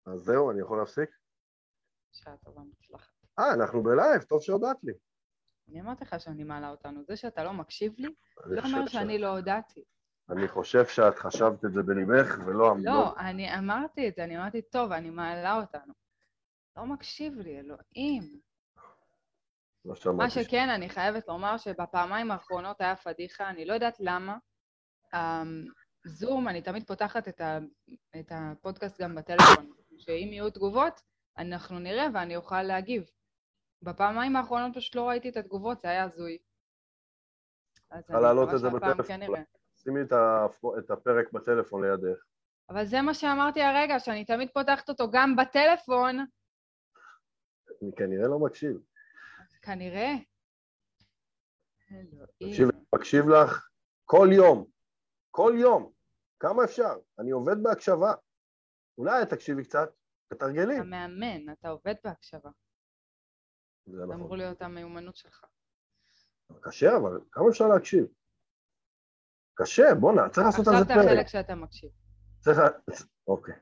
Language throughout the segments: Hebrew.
אז זהו, אני יכול להפסיק? שעה טובה מוצלחת. אנחנו בלייב, טוב שהודעת לי. אני אמרתי לך שאני מעלה אותנו. זה שאתה לא מקשיב לי, אני לא חושב אומר שאני לא הודעתי. אני חושב שאת חשבת את זה בליבך, ולא... לא, אני אמרתי את זה, אני אמרתי, טוב, אני מעלה אותנו. לא מקשיב לי, אלוהים. לא מה שמעתי. שכן, אני חייבת לומר שבפעמיים האחרונות היה פדיחה, אני לא יודעת למה. זום, אני תמיד פותחת את הפודקאסט גם בטלפון, שאם יהיו תגובות, אנחנו נראה ואני אוכל להגיב. בפעמיים האחרונות פשוט לא ראיתי את התגובות, זה היה הזוי. אז צריכה אני להעלות מקווה את זה שהפעם בטלפון. כן נראה. שימי את הפרק בטלפון לידך. אבל זה מה שאמרתי הרגע, שאני תמיד פותחת אותו גם בטלפון. אני כנראה לא מקשיב. אז כנראה. תקשיב, אלוהים. מקשיב לך כל יום, כמה אפשר? אני עובד בהקשבה. אולי תקשיבי קצת, תתרגלי. אתה מאמן, אתה עובד בהקשבה. זה זה נכון. אמור להיות המיומנות שלך. קשה, אבל כמה אפשר להקשיב? קשה, בוא'נה, צריך לעשות על עכשיו זה אתה פרק. החלק שאתה מקשיב. אוקיי.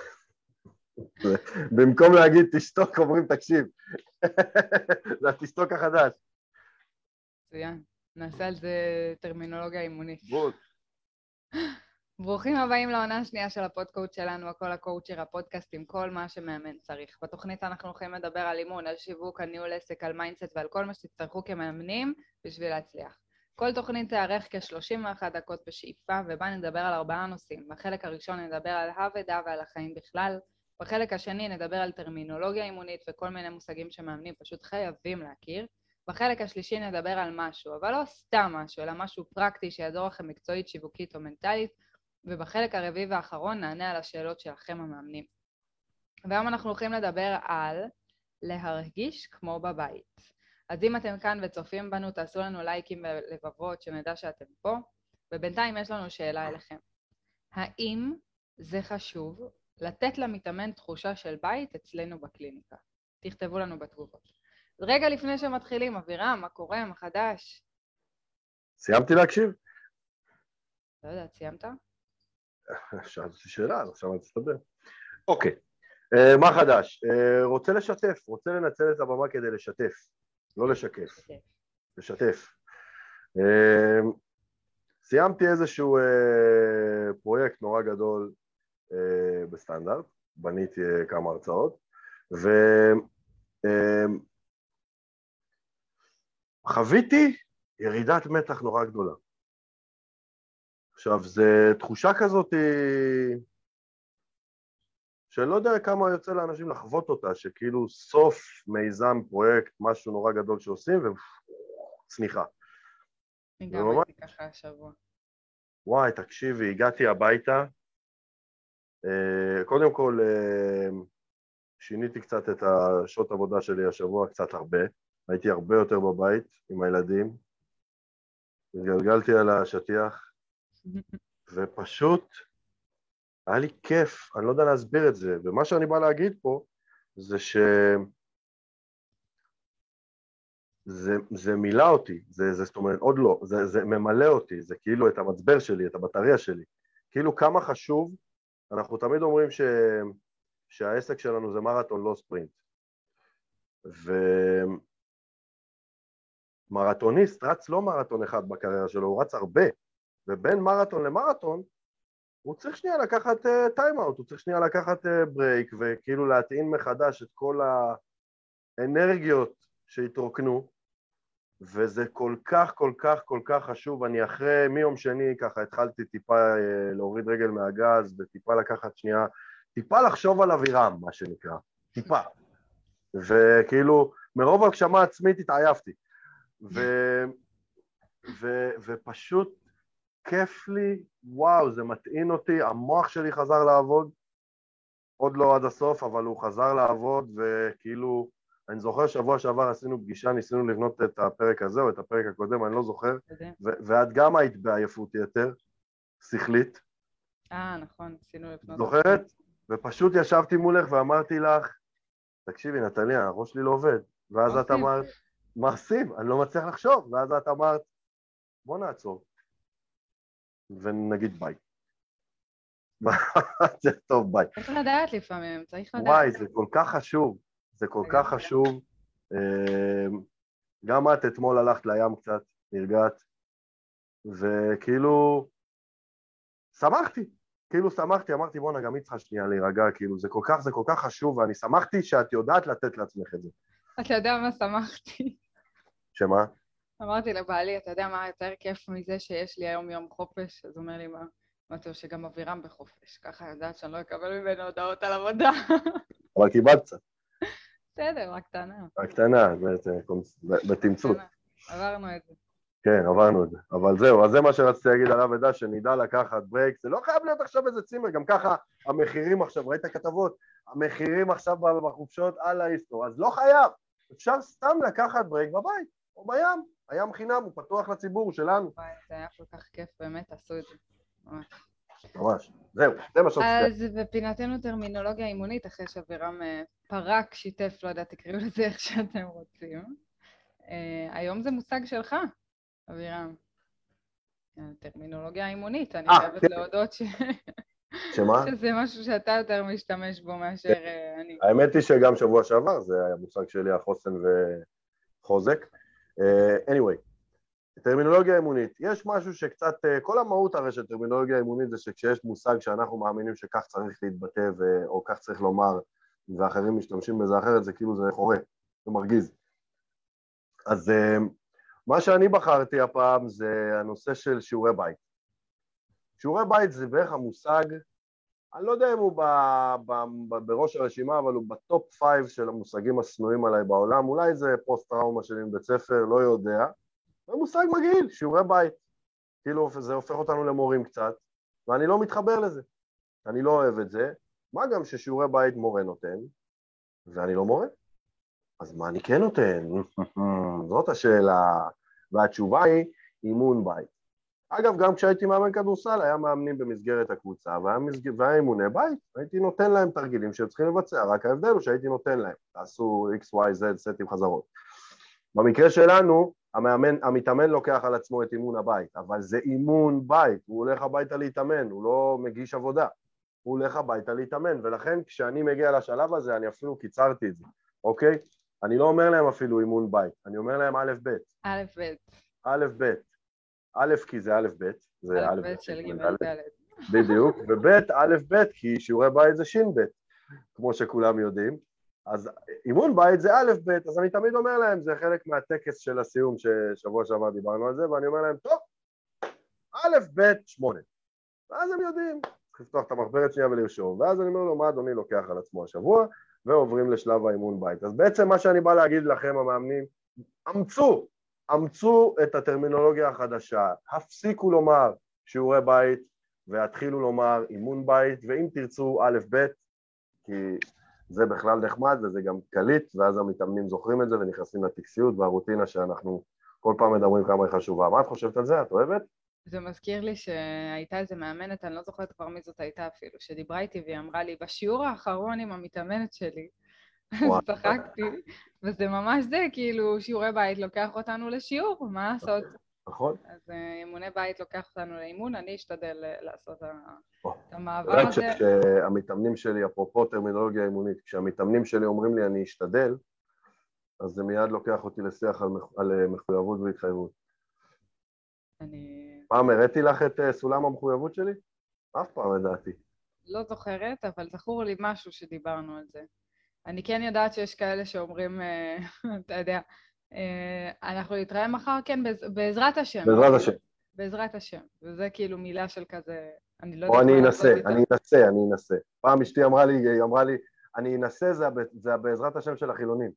במקום להגיד תשתוק, אומרים תקשיב. זה התשתוק החדש. מצוין. נעשה על זה טרמינולוגיה אימונית. בול. ברוכים הבאים לעונה השנייה של הפודקאסט שלנו, הכל הקואוצ'ר, הפודקאסט עם כל מה שמאמן צריך. בתוכנית אנחנו הולכים לדבר על אימון, על שיווק, על ניהול עסק, על מיינדסט ועל כל מה שתצטרכו כמאמנים בשביל להצליח. כל תוכנית תארך כ-31 דקות בשאיפה, ובה נדבר על 4 נושאים. בחלק הראשון נדבר על האבדה ועל החיים בכלל. בחלק השני נדבר על טרמינולוגיה אימונית וכל מיני מושגים שמאמנים פשוט חייבים להכיר. בחלק השלישי נדבר על משהו, אבל לא סתם משהו, אלא משהו פרקטי שיעזור לכם מקצועית, שיווקית או מנטלית. ובחלק הרביעי והאחרון נענה על השאלות שלכם המאמנים. והיום אנחנו הולכים לדבר על להרגיש כמו בבית. אז אם אתם כאן וצופים בנו, תעשו לנו לייקים ולבבות שנדע שאתם פה, ובינתיים יש לנו שאלה אליכם. האם זה חשוב לתת למתאמן תחושה של בית אצלנו בקליניקה? תכתבו לנו בתגובות. אז רגע לפני שמתחילים, אבירם, מה קורה, מה חדש? סיימתי להקשיב? לא יודעת, סיימת? שאלת אותי שאלה, אז עכשיו אני תסתבר. אוקיי, מה חדש? רוצה לשתף, רוצה לנצל את הבמה כדי לשתף, לא לשקף, לשתף. סיימתי איזשהו פרויקט נורא גדול בסטנדרט, בניתי כמה הרצאות, וחוויתי ירידת מתח נורא גדולה. עכשיו, זו תחושה כזאת שלא יודע כמה יוצא לאנשים לחוות אותה, שכאילו סוף מיזם, פרויקט, משהו נורא גדול שעושים, וצניחה. אני גם הייתי ככה השבוע. וואי, תקשיבי, הגעתי הביתה, קודם כל שיניתי קצת את השעות עבודה שלי השבוע, קצת הרבה, הייתי הרבה יותר בבית עם הילדים, התגלגלתי על השטיח, ופשוט היה לי כיף, אני לא יודע להסביר את זה, ומה שאני בא להגיד פה, זה זה מילא אותי, זאת אומרת, עוד לא, זה ממלא אותי, זה כאילו את המצבר שלי, את הבטריה שלי, כאילו כמה חשוב, אנחנו תמיד אומרים שהעסק שלנו זה מרתון, לא ספרינט, ומרתוניסט רץ לא מרתון אחד בקריירה שלו, הוא רץ הרבה, ובין מרתון למרתון, הוא צריך שנייה לקחת טיים-אוט, הוא צריך שנייה לקחת ברייק, וכאילו להטעין מחדש את כל האנרגיות שהתרוקנו, וזה כל כך, כל כך, כל כך חשוב. אני אחרי, מיום שני ככה התחלתי טיפה להוריד רגל מהגז, וטיפה לקחת שנייה, טיפה לחשוב על אווירם, מה שנקרא, טיפה. וכאילו, מרוב הגשמה עצמית התעייפתי. ופשוט כיף לי, וואו, זה מטעין אותי, המוח שלי חזר לעבוד, עוד לא עד הסוף, אבל הוא חזר לעבוד, וכאילו, אני זוכר שבוע שעבר עשינו פגישה, ניסינו לבנות את הפרק הזה, או את הפרק הקודם, אני לא זוכר, ואת גם היית בעייפות יתר, שכלית. נכון, ניסינו לבנות. זוכרת? ופשוט ישבתי מולך ואמרתי לך, תקשיבי, נטליה, הראש שלי לא עובד. ואז את אמרת, מה עושים? אני לא מצליח לחשוב. ואז את אמרת, בוא נעצור. ונגיד ביי. זה טוב, ביי. צריך לדעת לפעמים, צריך לדעת. וואי, זה כל כך חשוב, זה כל כך חשוב. גם את אתמול הלכת לים קצת, נרגעת, וכאילו, שמחתי, אמרתי, בואנה, גם היא צריכה שנייה להירגע, כאילו, זה כל כך חשוב, ואני שמחתי שאת יודעת לתת לעצמך את זה. אתה יודע מה שמחתי? שמה? אמרתי לבעלי, אתה יודע מה יותר כיף מזה שיש לי היום יום חופש? אז הוא אומר לי, מה? אמרתי לו שגם אבירם בחופש, ככה יודעת שאני לא אקבל ממנו הודעות על עבודה. אבל קיבלת קצת. בסדר, רק קטנה. רק קטנה, בתמצות. עברנו את זה. כן, עברנו את זה. אבל זהו, אז זה מה שרציתי להגיד עליו ודע, שנדע לקחת ברייק. זה לא חייב להיות עכשיו איזה צימר, גם ככה המחירים עכשיו, ראית כתבות? המחירים עכשיו בחופשות על ההיסטור, אז לא חייב. אפשר סתם לקחת ברייק בבית, או בים. הים חינם, הוא פתוח לציבור, הוא שלנו. וואי, זה היה כל כך כיף, באמת, עשו את זה. ממש. זהו, זה מה שרציתי. אז בפינתנו טרמינולוגיה אימונית, אחרי שאבירם פרק, שיתף, לא יודע, תקראו לזה איך שאתם רוצים. היום זה מושג שלך, אבירם. טרמינולוגיה אימונית, אני חייבת להודות שמה? שזה משהו שאתה יותר משתמש בו מאשר אני. האמת היא שגם שבוע שעבר זה היה מושג שלי, החוסן וחוזק. anyway, טרמינולוגיה אימונית, יש משהו שקצת, כל המהות הרי של טרמינולוגיה אימונית זה שכשיש מושג שאנחנו מאמינים שכך צריך להתבטא או כך צריך לומר ואחרים משתמשים בזה אחרת, זה כאילו זה חורה, זה מרגיז. אז מה שאני בחרתי הפעם זה הנושא של שיעורי בית. שיעורי בית זה בערך המושג, אני לא יודע אם הוא בראש הרשימה, אבל הוא בטופ 5 של המושגים השנואים עליי בעולם, אולי זה פוסט-טראומה שלי מבית ספר, לא יודע. זה מושג מגעיל, שיעורי בית. כאילו זה הופך אותנו למורים קצת, ואני לא מתחבר לזה. אני לא אוהב את זה. מה גם ששיעורי בית מורה נותן, ואני לא מורה? אז מה אני כן נותן? זאת השאלה. והתשובה היא אימון בית. אגב, גם כשהייתי מאמן כדורסל, היה מאמנים במסגרת הקבוצה, והיה אימוני בית, הייתי נותן להם תרגילים שהם צריכים לבצע, רק ההבדל הוא שהייתי נותן להם, תעשו X, Y, Z, סטים חזרות. במקרה שלנו, המתאמן לוקח על עצמו את אימון הבית, אבל זה אימון בית, הוא הולך הביתה להתאמן, הוא לא מגיש עבודה, הוא הולך הביתה להתאמן, ולכן כשאני מגיע לשלב הזה, אני אפילו קיצרתי את זה, אוקיי? אני לא אומר להם אפילו אימון בית, אני אומר להם א' ב'. א' ב'. א' ב'. א' כי זה א' ב', זה א' ב' של ג' ד'. בדיוק, וב' א' ב' כי שיעורי בית זה ש' ב', כמו שכולם יודעים. אז אימון בית זה א' ב', אז אני תמיד אומר להם, זה חלק מהטקס של הסיום ששבוע שעבר דיברנו על זה, ואני אומר להם, טוב, א' ב' 8. ואז הם יודעים, צריך לפתוח את המחברת שנייה ולרשום, ואז אני אומר לו, מה אדוני לוקח על עצמו השבוע, ועוברים לשלב האימון בית. אז בעצם מה שאני בא להגיד לכם, המאמנים, אמצו את הטרמינולוגיה החדשה, הפסיקו לומר שיעורי בית, והתחילו לומר אימון בית, ואם תרצו א' ב', כי זה בכלל נחמד וזה גם קליט, ואז המתאמנים זוכרים את זה ונכנסים לטקסיות והרוטינה שאנחנו כל פעם מדברים כמה היא חשובה. מה את חושבת על זה? את אוהבת? זה מזכיר לי שהייתה איזה מאמנת, אני לא זוכרת כבר מי זאת הייתה אפילו, שדיברה איתי והיא אמרה לי, בשיעור האחרון עם המתאמנת שלי, אז צחקתי, וזה ממש זה, כאילו שיעורי בית לוקח אותנו לשיעור, מה לעשות? נכון. אז אימוני בית לוקח אותנו לאימון, אני אשתדל לעשות את המעבר רק הזה. כשהמתאמנים שלי, אפרופו טרמינולוגיה אימונית, כשהמתאמנים שלי אומרים לי אני אשתדל, אז זה מיד לוקח אותי לשיח על מחויבות והתחייבות. פעם הראיתי לך את סולם המחויבות שלי? אף פעם לדעתי. לא זוכרת, אבל זכור לי משהו שדיברנו על זה. אני כן יודעת שיש כאלה שאומרים, אתה יודע, אנחנו נתראה מחר, כן, בעזרת השם. בעזרת השם. בעזרת השם. וזה כאילו מילה של כזה, אני לא יודעת מה לעשות איתה. אני אנסה. פעם אשתי אמרה לי, אני אנסה, זה בעזרת השם של החילונים.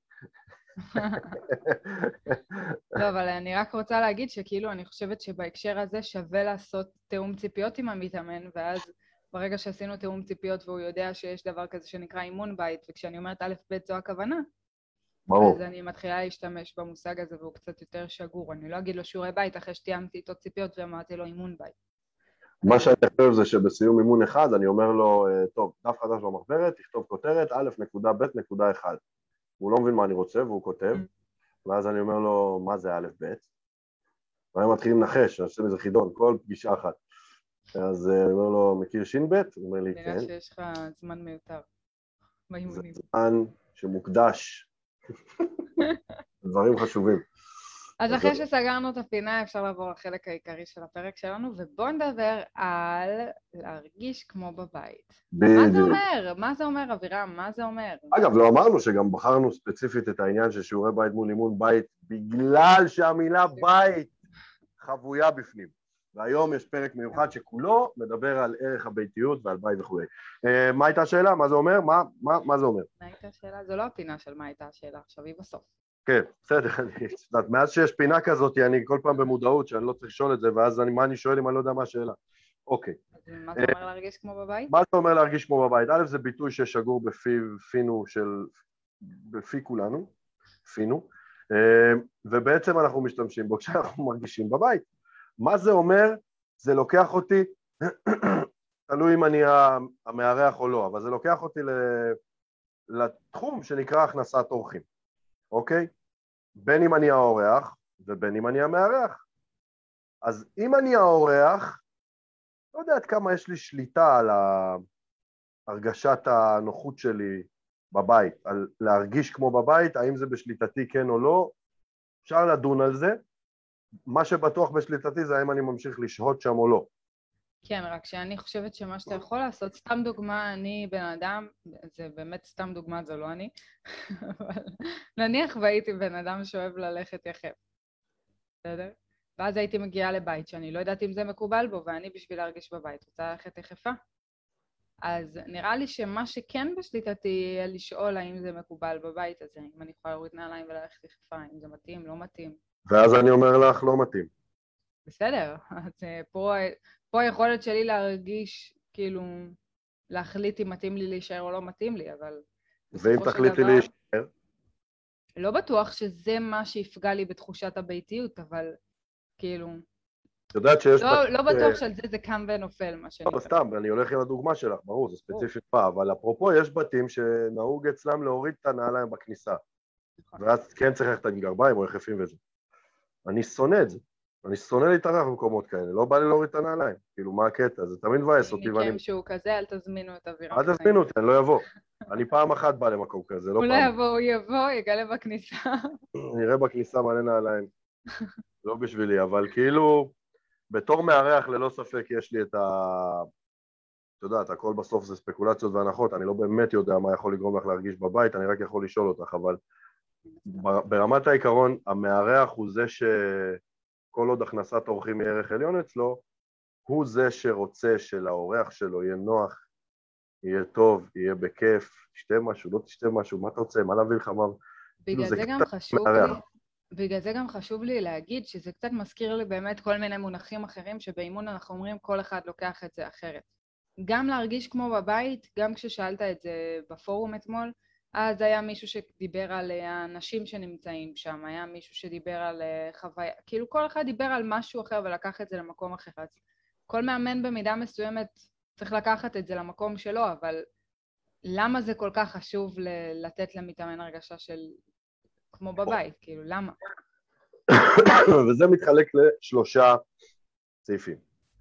לא, אבל אני רק רוצה להגיד שכאילו אני חושבת שבהקשר הזה שווה לעשות תאום ציפיות עם המתאמן, ואז ברגע שעשינו תאום ציפיות והוא יודע שיש דבר כזה שנקרא אימון בית, וכשאני אומרת א' ב' זו הכוונה, ברור. אז אני מתחילה להשתמש במושג הזה והוא קצת יותר שגור. אני לא אגיד לו שיעורי בית אחרי שתיאמתי איתו ציפיות ואמרתי לו אימון בית. מה שאני חושב זה שבסיום אימון אחד אני אומר לו, טוב, דף חדש במחברת, תכתוב כותרת, א'.ב'.1. הוא לא מבין מה אני רוצה והוא כותב, ואז אני אומר לו, מה זה א' ב'? והם מתחילים לנחש, אני עושה מזה חידון, כל פגישה אחת. אז אני אומר לו, מכיר ש"ב? הוא אומר לי, מבינה כן. שיש לך זמן מיותר זה באימונים. זמן שמוקדש, דברים חשובים. אז אז אחרי שסגרנו את הפינה, אפשר לעבור לחלק העיקרי של הפרק שלנו, ובואו נדבר על להרגיש כמו בבית. מה זה בדיוק. אומר? מה זה אומר, אבירם? מה זה אומר? אגב, לא אמרנו שגם בחרנו ספציפית את העניין של שיעורי בית מול אימון בית, בגלל שהמילה בית חבויה בפנים. והיום יש פרק מיוחד שכולו מדבר על ערך הביתיות ועל בית וכו'. מה הייתה השאלה? מה זה אומר? מה זה אומר? מה הייתה השאלה? זו לא הפינה של מה הייתה השאלה, עכשיו היא בסוף. כן, בסדר, מאז שיש פינה כזאת, אני כל פעם במודעות שאני לא צריך לשאול את זה, ואז מה אני שואל אם אני לא יודע מה השאלה. אוקיי. אז מה זה אומר להרגיש כמו בבית? מה זה אומר להרגיש כמו בבית? א', זה ביטוי ששגור בפי כולנו, פינו, ובעצם אנחנו משתמשים בו כשאנחנו מרגישים בבית. מה זה אומר? זה לוקח אותי, תלוי אם אני המארח או לא, אבל זה לוקח אותי לתחום שנקרא הכנסת אורחים, אוקיי? בין אם אני האורח ובין אם אני המארח. אז אם אני האורח, לא יודעת כמה יש לי שליטה על הרגשת הנוחות שלי בבית, על להרגיש כמו בבית, האם זה בשליטתי כן או לא, אפשר לדון על זה. מה שבטוח בשליטתי זה האם אני ממשיך לשהות שם או לא. כן, רק שאני חושבת שמה שאתה יכול לעשות, סתם דוגמה, אני בן אדם, זה באמת סתם דוגמה, זה לא אני, אבל נניח והייתי בן אדם שאוהב ללכת יחף, בסדר? ואז הייתי מגיעה לבית שאני לא יודעת אם זה מקובל בו, ואני בשביל להרגיש בבית רוצה ללכת יחפה. אז נראה לי שמה שכן בשליטתי יהיה לשאול האם זה מקובל בבית הזה, אם אני יכולה להוריד נעליים וללכת יחפה, אם זה מתאים, לא מתאים. ואז אני אומר לך, לא מתאים. בסדר, אז פה היכולת שלי להרגיש, כאילו, להחליט אם מתאים לי להישאר או לא מתאים לי, אבל ואם בסופו של תחליטי דבר, להישאר? לא בטוח שזה מה שיפגע לי בתחושת הביתיות, אבל כאילו, את יודעת שיש לא בטוח שעל זה קם ונופל, מה לא, שנקרא. סתם, אני הולך עם הדוגמה שלך, ברור, זה ספציפית מה, אבל אפרופו יש בתים שנהוג אצלם להוריד את הנעליים בכניסה, נכון. ואז כן צריך ללכת עם גרביים או יחפים וזה. אני שונא את זה. אני שונא להתארח במקומות כאלה, לא בא לי להוריד את הנעליים. כאילו, מה הקטע? זה תמיד מבאס אותי ואני... מכם שהוא כזה, אל תזמינו את אבירם. אל תזמינו אותי, אני לא אבוא. אני פעם אחת בא למקום כזה, לא הוא לא פעם. יבוא, הוא יבוא, יגלה בכניסה. נראה בכניסה מלא נעליים. לא בשבילי, אבל כאילו, בתור מארח ללא ספק יש לי את את יודעת, הכל בסוף זה ספקולציות והנחות, אני לא באמת יודע מה יכול לגרום לך להרגיש בבית, אני רק יכול לשאול אותך, אבל ברמת העיקרון, המארח הוא זה שכל עוד הכנסת אורחים היא ערך עליון אצלו, הוא זה שרוצה שלאורח שלו יהיה נוח, יהיה טוב, יהיה בכיף, תשתה משהו, לא תשתה משהו, מה אתה רוצה, מה להביא לך, מה... בגלל זה גם חשוב לי להגיד שזה קצת מזכיר לי באמת כל מיני מונחים אחרים שבאימון אנחנו אומרים כל אחד לוקח את זה אחרת. גם להרגיש כמו בבית, גם כששאלת את זה בפורום אתמול, אז היה מישהו שדיבר על האנשים שנמצאים שם, היה מישהו שדיבר על חוויה, כאילו כל אחד דיבר על משהו אחר ולקח את זה למקום אחר. אז כל מאמן במידה מסוימת צריך לקחת את זה למקום שלו, אבל למה זה כל כך חשוב לתת למתאמן הרגשה של כמו בבית? כאילו, למה? וזה מתחלק לשלושה סעיפים.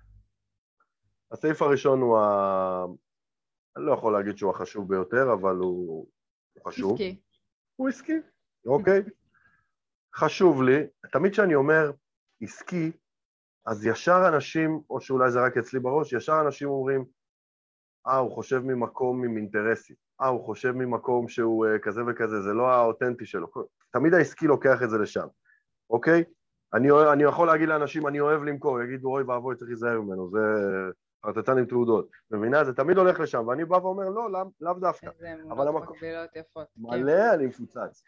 הסעיף הראשון הוא אני לא יכול להגיד שהוא החשוב ביותר, אבל הוא חשוב. עסקי. הוא עסקי, אוקיי. חשוב לי, תמיד שאני אומר עסקי, אז ישר אנשים, או שאולי זה רק אצלי בראש, ישר אנשים אומרים, הוא חושב ממקום עם אינטרסי, הוא חושב ממקום שהוא כזה וכזה, זה לא האותנטי שלו. תמיד העסקי לוקח את זה לשם, אוקיי? אני יכול להגיד לאנשים, אני אוהב למכור, יגידו, אוי ואבוי, צריך להיזהר ממנו, זה חרטטן עם תעודות. מבינה? זה תמיד הולך לשם, ואני בא ואומר, לא, לאו דווקא. איזה אמונות מקבילות יפות. מלא, אני מפוצץ.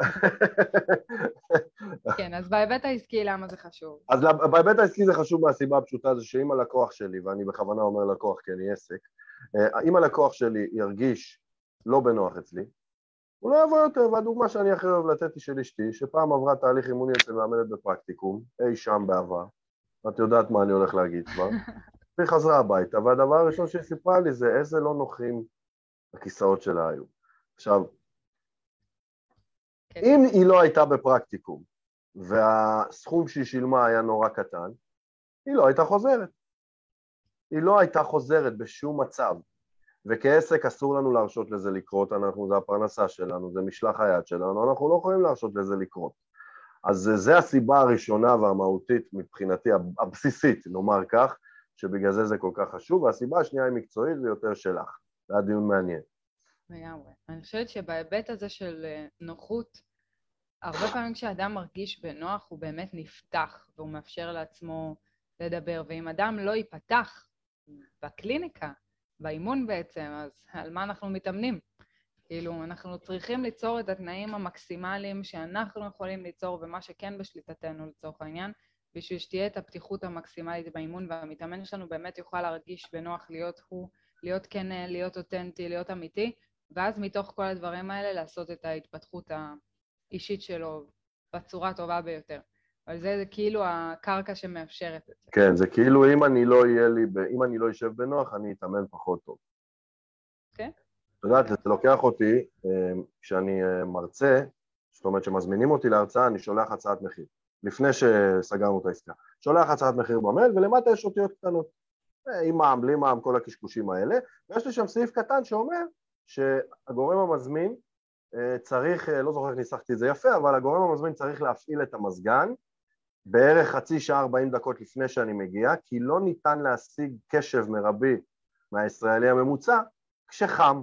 כן, אז בהיבט העסקי, למה זה חשוב? אז בהיבט העסקי זה חשוב מהסיבה הפשוטה, זה שאם הלקוח שלי, ואני בכוונה אומר לקוח כי אני עסק, אם הלקוח שלי ירגיש לא בנוח אצלי, הוא לא יבוא יותר, והדוגמה שאני הכי אוהב לתת היא של אשתי, שפעם עברה תהליך אימוני אצל מאמנת בפרקטיקום, אי שם בעבר, את יודעת מה אני הולך להגיד כבר, והיא חזרה הביתה, והדבר הראשון שהיא סיפרה לי זה איזה לא נוחים הכיסאות שלה היו. עכשיו, אם היא לא הייתה בפרקטיקום, והסכום שהיא שילמה היה נורא קטן, היא לא הייתה חוזרת. היא לא הייתה חוזרת בשום מצב. וכעסק אסור לנו להרשות לזה לקרות, זה הפרנסה שלנו, זה משלח היד שלנו, אנחנו לא יכולים להרשות לזה לקרות. אז זה הסיבה הראשונה והמהותית מבחינתי, הבסיסית, נאמר כך, שבגלל זה כל כך חשוב, והסיבה השנייה היא מקצועית ויותר שלך. זה היה דיון מעניין. לגמרי. אני חושבת שבהיבט הזה של נוחות, הרבה פעמים כשאדם מרגיש בנוח הוא באמת נפתח, והוא מאפשר לעצמו לדבר, ואם אדם לא ייפתח בקליניקה, באימון בעצם, אז על מה אנחנו מתאמנים? כאילו, אנחנו צריכים ליצור את התנאים המקסימליים שאנחנו יכולים ליצור, ומה שכן בשליטתנו לצורך העניין, בשביל שתהיה את הפתיחות המקסימלית באימון, והמתאמן שלנו באמת יוכל להרגיש בנוח להיות הוא, להיות כן, להיות אותנטי, להיות אמיתי, ואז מתוך כל הדברים האלה לעשות את ההתפתחות האישית שלו בצורה הטובה ביותר. אבל זה כאילו הקרקע שמאפשרת את זה. כן, זה כאילו אם אני לא אשב בנוח, אני אתאמן פחות טוב. כן? את יודעת, זה לוקח אותי, כשאני מרצה, זאת אומרת שמזמינים אותי להרצאה, אני שולח הצעת מחיר. לפני שסגרנו את העסקה. שולח הצעת מחיר במייל, ולמטה יש אותיות קטנות. עם מע"מ, בלי מע"מ, כל הקשקושים האלה. ויש לי שם סעיף קטן שאומר שהגורם המזמין צריך, לא זוכר איך ניסחתי את זה יפה, אבל הגורם המזמין צריך להפעיל את המזגן, בערך חצי שעה 40 דקות לפני שאני מגיע, כי לא ניתן להשיג קשב מרבי מהישראלי הממוצע כשחם.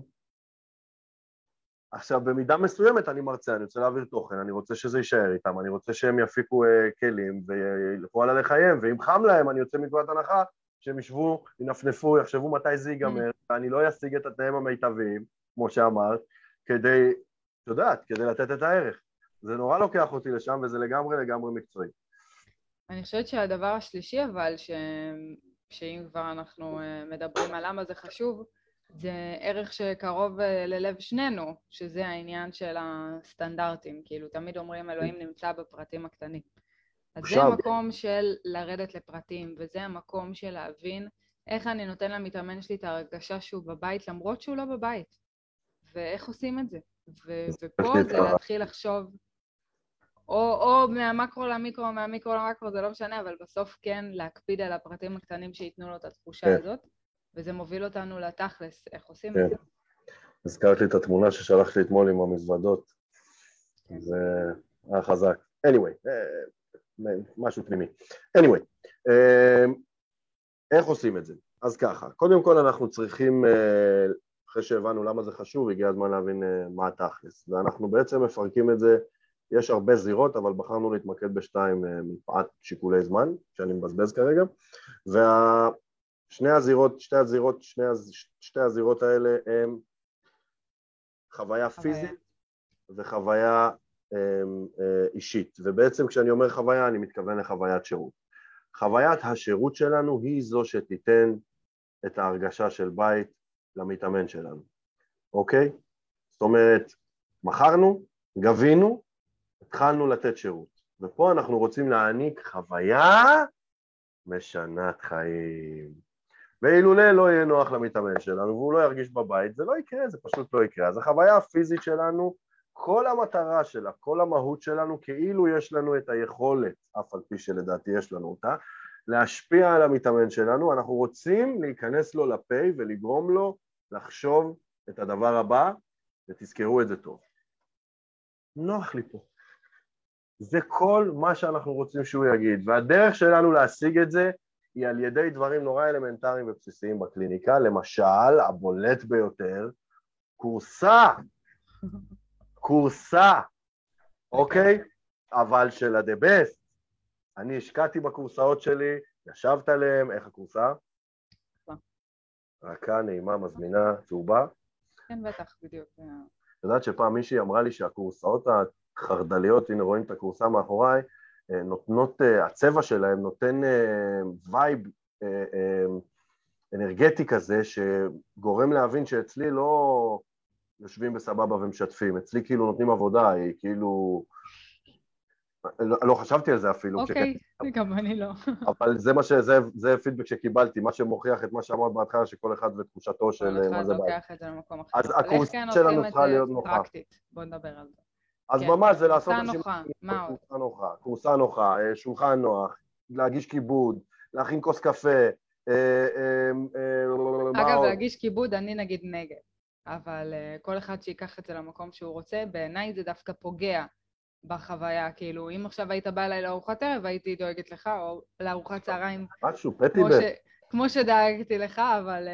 עכשיו, במידה מסוימת אני מרצה, אני רוצה להעביר תוכן, אני רוצה שזה יישאר איתם, אני רוצה שהם יפיקו כלים וילכו על לחייהם, ואם חם להם אני יוצא מנקודת הנחה שהם ישבו, ינפנפו, יחשבו מתי זה ייגמר, ואני לא אשיג את התנאים המיטביים, כמו שאמרת, כדי, את יודעת, כדי לתת את הערך. זה נורא לוקח אותי לשם, וזה לגמרי מקצועי. אני חושבת שהדבר השלישי, אבל שאם כבר אנחנו מדברים על למה זה חשוב, זה ערך שקרוב ללב שנינו, שזה העניין של הסטנדרטים. כאילו, תמיד אומרים, אלוהים נמצא בפרטים הקטנים. אז זה המקום של לרדת לפרטים, וזה המקום של להבין איך אני נותן למתאמן שלי את הרגשה שהוא בבית, למרות שהוא לא בבית. ואיך עושים את זה. ופה זה להתחיל לחשוב, או מהמקרו למיקרו, מהמיקרו למקרו, זה לא משנה, אבל בסוף כן להקפיד על הפרטים הקטנים שיתנו לו את התחושה הזאת, וזה מוביל אותנו לתכלס, איך עושים את זה. הזכרת לי את התמונה ששלחתי אתמול עם המזוודות, זה היה חזק. anyway, משהו פנימי. anyway, איך עושים את זה? אז ככה, קודם כל אנחנו צריכים, אחרי שהבנו למה זה חשוב, הגיע הזמן להבין מה התכלס, ואנחנו בעצם מפרקים את זה, יש הרבה זירות, אבל בחרנו להתמקד בשתיים מפאת שיקולי זמן, שאני מבזבז כרגע, שתי הזירות האלה הם חוויה פיזית וחוויה אישית, ובעצם כשאני אומר חוויה אני מתכוון לחוויית שירות. חוויית השירות שלנו היא זו שתיתן את ההרגשה של בית למתאמן שלנו, אוקיי? זאת אומרת, מכרנו, גבינו, התחלנו לתת שירות, ופה אנחנו רוצים להעניק חוויה משנת חיים. ואילולא לא יהיה נוח למתאמן שלנו, והוא לא ירגיש בבית, זה לא יקרה, זה פשוט לא יקרה. אז החוויה הפיזית שלנו, כל המטרה שלה, כל המהות שלנו, כאילו יש לנו את היכולת, אף על פי שלדעתי יש לנו אותה, להשפיע על המתאמן שלנו, אנחנו רוצים להיכנס לו לפה ולגרום לו לחשוב את הדבר הבא, ותזכרו את זה טוב. נוח לי פה. זה כל מה שאנחנו רוצים שהוא יגיד, והדרך שלנו להשיג את זה היא על ידי דברים נורא אלמנטריים ובסיסיים בקליניקה, למשל, הבולט ביותר, קורסה, אוקיי? אבל של the best. אני השקעתי בקורסאות שלי, ישבת עליהם, איך הקורסה? רכה, נעימה, מזמינה, צהובה. כן, בטח, בדיוק. את יודעת שפעם מישהי אמרה לי שהקורסאות החרדליות, הנה רואים את הקורסה מאחוריי, נותנות, הצבע שלהם נותן וייב אנרגטי כזה, שגורם להבין שאצלי לא יושבים בסבבה ומשתפים, אצלי כאילו נותנים עבודה, היא כאילו, לא חשבתי על זה אפילו. אוקיי, גם אני לא. אבל זה פידבק שקיבלתי, מה שמוכיח את מה שאמרת בהתחלה, שכל אחד ותחושתו של מה זה בא. כל אחד לוקח את זה למקום אחר. אז הקורסה שלנו צריכה להיות נוחה. בוא נדבר על זה. אז ממש זה לעשות... קורסה נוחה, מה עוד? קורסה נוחה, שולחן נוח, להגיש כיבוד, להכין כוס קפה, אגב, להגיש כיבוד, אני נגיד נגד, אבל כל אחד שיקח את זה למקום שהוא רוצה, בעיניי זה דווקא פוגע בחוויה, כאילו, אם עכשיו היית בא אליי לארוחת ערב, הייתי דואגת לך, או לארוחת צהריים, משהו, פטיבר. כמו שדאגתי לך, אבל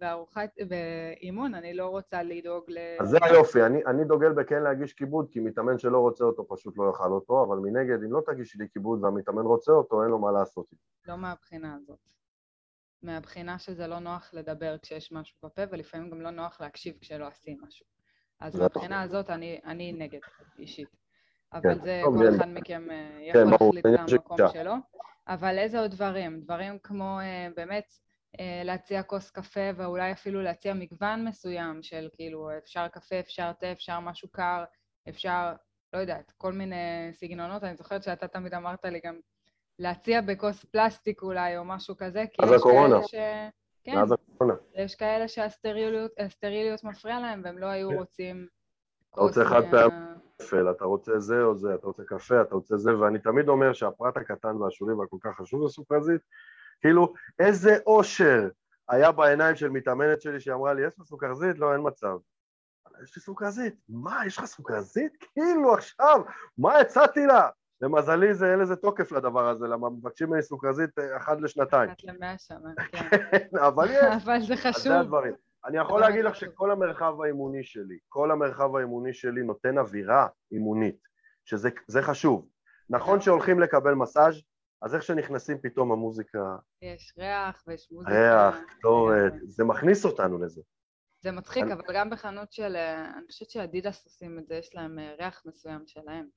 באימון אני לא רוצה לדאוג אז זה היופי, אני דוגל בכן להגיש כיבוד, כי מתאמן שלא רוצה אותו פשוט לא יאכל אותו, אבל מנגד, אם לא תגיש לי כיבוד והמתאמן רוצה אותו, אין לו מה לעשות. לא מהבחינה הזאת. מהבחינה שזה לא נוח לדבר כשיש משהו בפה, ולפעמים גם לא נוח להקשיב כשלא עושים משהו. אז מהבחינה הזאת אני נגד אישית. אבל זה כל אחד מכם יכול להחליט למקום שלו. אבל איזה עוד דברים? דברים כמו באמת להציע כוס קפה, ואולי אפילו להציע מגוון מסוים של כאילו אפשר קפה, אפשר תה, אפשר משהו קר, אפשר, לא יודעת, כל מיני סגנונות. אני זוכרת שאתה תמיד אמרת לי גם להציע בכוס פלסטיק אולי או משהו כזה, כי יש כאלה כן, יש כאלה שהסטריליות מפריע להם והם לא היו רוצים כוס אתה רוצה חד פעם, אתה רוצה זה או זה, אתה רוצה קפה, אתה רוצה זה, ואני תמיד אומר שהפרט הקטן והשולי והכל כך חשוב לסוכרזית, כאילו איזה אושר היה בעיניים של מתאמנת שלי שאמרה לי, יש לך סוכרזית? לא, אין מצב. יש לי סוכרזית. מה, יש לך סוכרזית? כאילו עכשיו, מה הצעתי לה? למזלי זה אין לזה תוקף לדבר הזה, למה מבקשים ממני סוכרזית 1 לשנתיים. 1 ל100 שנה, כן. אבל יש. אבל זה חשוב. אז זה הדברים. אני יכול להגיד לך שכל המרחב האימוני שלי, כל המרחב האימוני שלי נותן אווירה אימונית, שזה חשוב. נכון שהולכים לקבל מסאז', אז איך שנכנסים פתאום המוזיקה... יש ריח ויש מוזיקה. ריח, קטורת, זה מכניס אותנו לזה. זה מצחיק, אבל גם בחנות של... אני חושבת שאדידס עושים את זה, יש להם ריח מסוים שלהם.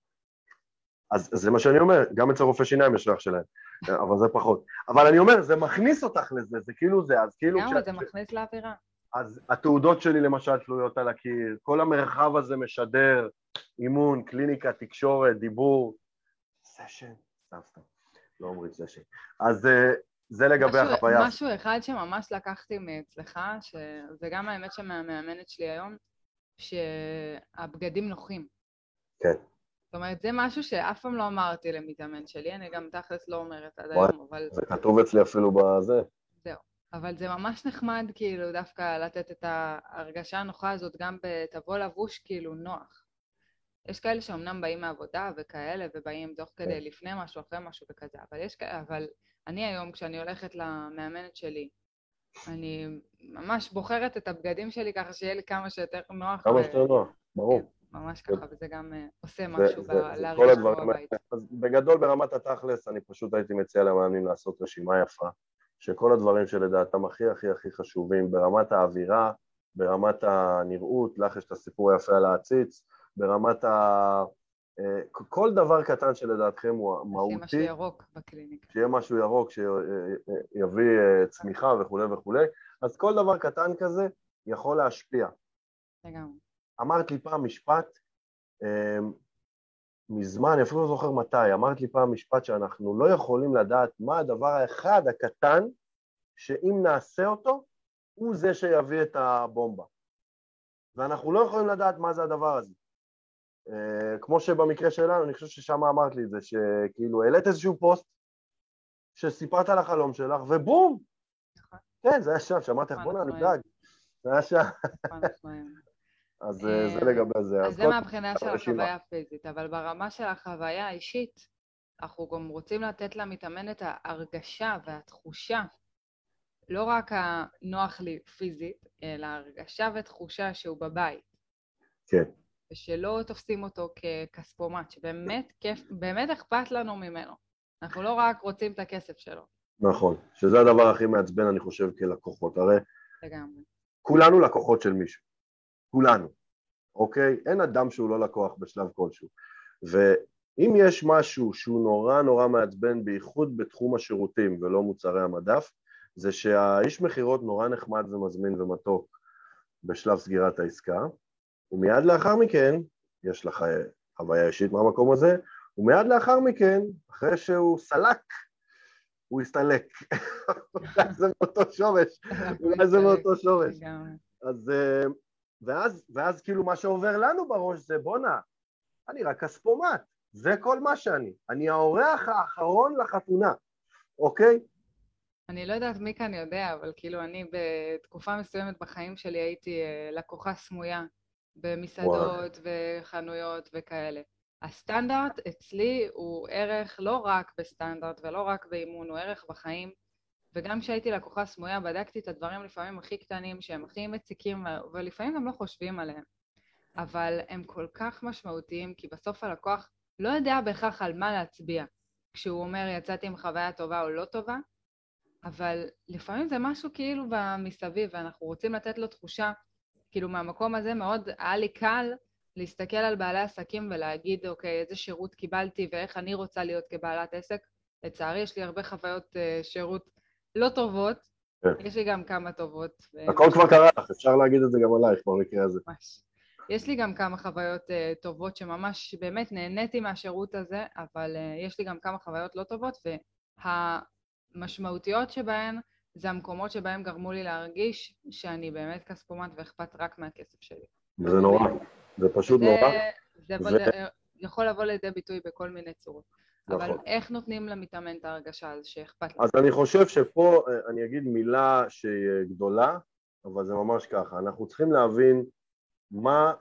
אז זה מה שאני אומר, גם אצל רופא שיניים יש ריח שלהם, אבל זה פחות. אבל אני אומר, זה מכניס אותך לזה, זה כאילו זה, אז כאילו... גם, זה מכניס לאווירה. אז התעודות שלי למשל תלויות על הקיר, כל המרחב הזה משדר, אימון, קליניקה, תקשורת, דיבור, סשן, סתם, לא אומרים סשן. אז זה לגבי החוויה. משהו אחד שממש לקחתי מאצלך, שזה גם האמת שמהמאמנת שלי היום, שהבגדים נוחים. כן. זאת אומרת, זה משהו שאף פעם לא אמרתי למתאמן שלי, אני גם תכלס לא אומרת עד היום, אבל... זה כתוב אצלי אפילו בזה. זהו. אבל זה ממש נחמד, כאילו, דווקא לתת את ההרגשה הנוחה הזאת, גם תבוא לבוש, כאילו, נוח. יש כאלה שאומנם באים מעבודה וכאלה, ובאים תוך כדי לפני משהו, אחרי משהו וכזה, אבל אני היום, כשאני הולכת למאמנת שלי, אני ממש בוחרת את הבגדים שלי ככה שיהיה לי כמה שיותר נוח. כמה שיותר נוח, ברור. ממש ככה, וזה גם עושה משהו להרגיש כמו הבית. אז בגדול ברמת התכלס, אני פשוט הייתי מציע למאמנים לעשות רשימה יפה, שכל הדברים שלדעתם הכי הכי הכי חשובים, ברמת האווירה, ברמת הנראות, לך יש את הסיפור היפה על העציץ, ברמת כל דבר קטן שלדעתכם הוא מהותי. שיהיה משהו ירוק בקליניקה. שיהיה משהו ירוק, שיביא צמיחה וכו' וכו'. אז כל דבר קטן כזה יכול להשפיע. לגמרי. אמרת לי פעם משפט, מזמן, אני אפילו לא זוכר מתי, אמרת לי פעם משפט שאנחנו לא יכולים לדעת מה הדבר האחד הקטן, שאם נעשה אותו, הוא זה שיביא את הבומבה. ואנחנו לא יכולים לדעת מה זה הדבר הזה. כמו שבמקרה שלנו, אני חושב ששם אמרת לי את זה, שכאילו העלית איזשהו פוסט, שסיפרת על החלום שלך, ובום! כן, זה היה שם, שאמרת לך, בוא נדאג. זה היה שם. אז זה לגבי זה. אז זה מהבחינה של החוויה הפיזית, אבל ברמה של החוויה האישית, אנחנו גם רוצים לתת למתאמן את ההרגשה והתחושה, לא רק הנוח לי פיזית, אלא הרגשה ותחושה שהוא בבית. כן. ושלא תופסים אותו ככספומט, שבאמת כיף, באמת אכפת לנו ממנו. אנחנו לא רק רוצים את הכסף שלו. נכון, שזה הדבר הכי מעצבן, אני חושב, כלקוחות. הרי לגמרי. כולנו לקוחות של מישהו. כולנו, אוקיי? אין אדם שהוא לא לקוח בשלב כלשהו. ואם יש משהו שהוא נורא נורא מעצבן, בייחוד בתחום השירותים ולא מוצרי המדף, זה שהאיש מחירות נורא נחמד ומזמין ומתוק בשלב סגירת העסקה, ומיד לאחר מכן, יש לך חוויה אישית מהמקום הזה, ומיד לאחר מכן, אחרי שהוא סלק, הוא יסתלק. אולי זה מאותו שורש. אולי זה מאותו שורש. ואז כאילו מה שעובר לנו בראש זה, בונה, אני רק כספומט, זה כל מה שאני. אני האורח האחרון לחתונה, אוקיי? אני לא יודעת מי כאן יודע, אבל כאילו אני בתקופה מסוימת בחיים שלי הייתי לקוחה סמויה במסעדות וחנויות וכאלה. הסטנדרט אצלי הוא ערך לא רק בסטנדרט ולא רק באימון, הוא ערך בחיים. וגם כשהייתי לקוחה סמויה בדקתי את הדברים לפעמים הכי קטנים שהם הכי מציקים ולפעמים גם לא חושבים עליהם. אבל הם כל כך משמעותיים כי בסוף הלקוח לא יודע בהכרח על מה להצביע. כשהוא אומר יצאתי עם חוויה טובה או לא טובה, אבל לפעמים זה משהו כאילו מסביב, ואנחנו רוצים לתת לו תחושה, כאילו מהמקום הזה מאוד היה לי קל להסתכל על בעלי עסקים ולהגיד, אוקיי, איזה שירות קיבלתי ואיך אני רוצה להיות כבעלת עסק. לצערי, יש לי הרבה חוויות שירות לא טובות, יש לי גם כמה טובות. הכל כבר קרה לך, אפשר להגיד את זה גם עלייך במקרה הזה. ממש. יש לי גם כמה חוויות טובות שממש באמת נהניתי מהשירות הזה, אבל יש לי גם כמה חוויות לא טובות, משמעותיות שבהן זה המקומות שבהם גרמו לי להרגיש שאני באמת כספומט ואכפת רק מהכסף שלי. זה נורא, זה פשוט נורא. זה יכול לבוא לידי ביטוי בכל מיני צורות. אבל איך נותנים למתאמן את ההרגשה הזו שאכפת לי? אז אני חושב שפה אני אגיד מילה שהיא גדולה, אבל זה ממש ככה. אנחנו צריכים להבין מה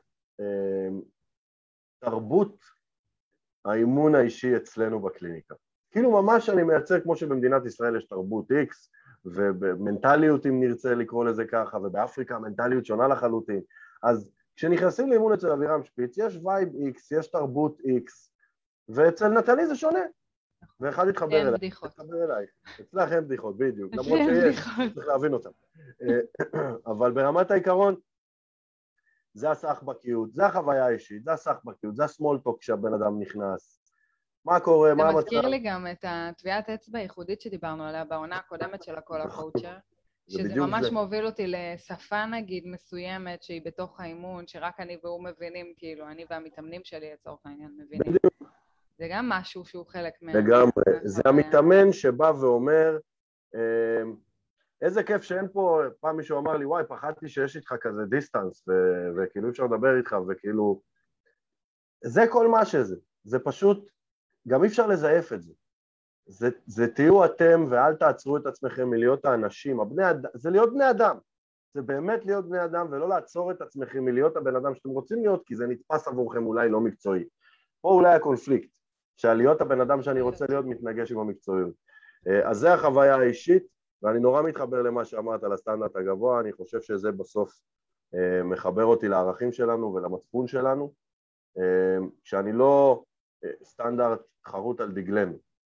תרבות האימון האישי אצלנו בקליניקה. כאילו ממש אני מייצר כמו שבמדינת ישראל יש תרבות X, ובמנטליות אם נרצה לקרוא לזה ככה, ובאפריקה המנטליות שונה לחלוטין. אז כשנכנסים לאימון אצל אבירם שפיץ, יש וייב X, יש תרבות X, ואצל נטלי זה שונה. ואחד יתחבר אליי. בדיחות. יתחבר אליי. אצלך אין בדיחות, בדיוק. למרות שיש, צריך להבין אותם. אבל ברמת העיקרון, זה הסחבקיות, זה החוויה האישית, זה הסחבקיות, זה הסמולטוק כשהבן אדם נכנס. מה קורה, מה המצב? זה מזכיר לי גם את הטביעת אצבע הייחודית שדיברנו עליה בעונה הקודמת של הכל הקואוצ'ר, שזה ממש מוביל אותי לשפה נגיד מסוימת שהיא בתוך האימון, שרק אני והוא מבינים, כאילו אני והמתאמנים שלי לצורך העניין מבינים. זה גם משהו שהוא חלק מה... לגמרי, זה המתאמן שבא ואומר, איזה כיף שאין פה, פעם מישהו אמר לי, וואי, פחדתי שיש איתך כזה דיסטנס, וכאילו אפשר לדבר איתך, וכאילו, זה כל מה שזה, זה פשוט, גם אי אפשר לזייף את זה. זה תהיו אתם ואל תעצרו את עצמכם מלהיות האנשים, זה להיות בני אדם, זה באמת להיות בני אדם ולא לעצור את עצמכם מלהיות הבן אדם שאתם רוצים להיות, כי זה נתפס עבורכם אולי לא מקצועי. פה אולי הקונפליקט, שהלהיות הבן אדם שאני רוצה להיות מתנגש עם המקצועיות. אז זה החוויה האישית, ואני נורא מתחבר למה שאמרת על הסטנדרט הגבוה, אני חושב שזה בסוף מחבר אותי לערכים שלנו ולמצפון שלנו, שאני לא סטנדרט חרוט על דגלנו.